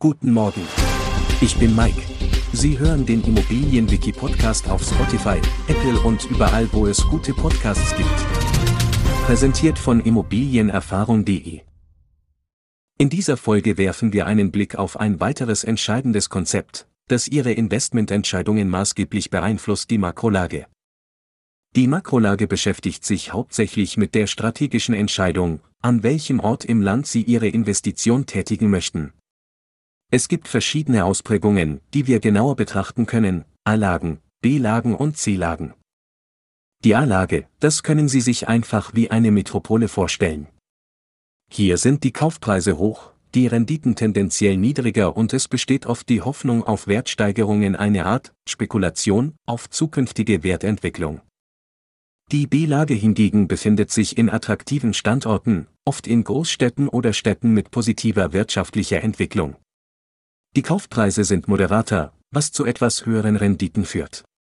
Guten Morgen. Ich bin Mike. Sie hören den Immobilienwiki-Podcast auf Spotify, Apple und überall, wo es gute Podcasts gibt. Präsentiert von immobilienerfahrung.de. In dieser Folge werfen wir einen Blick auf ein weiteres entscheidendes Konzept, das Ihre Investmententscheidungen maßgeblich beeinflusst: die Makrolage. Die Makrolage beschäftigt sich hauptsächlich mit der strategischen Entscheidung, an welchem Ort im Land Sie Ihre Investition tätigen möchten. Es gibt verschiedene Ausprägungen, die wir genauer betrachten können: A-Lagen, B-Lagen und C-Lagen. Die A-Lage, das können Sie sich einfach wie eine Metropole vorstellen. Hier sind die Kaufpreise hoch, die Renditen tendenziell niedriger und es besteht oft die Hoffnung auf Wertsteigerungen, eine Art Spekulation auf zukünftige Wertentwicklung. Die B-Lage hingegen befindet sich in attraktiven Standorten, oft in Großstädten oder Städten mit positiver wirtschaftlicher Entwicklung. Die Kaufpreise sind moderater, was zu etwas höheren Renditen führt.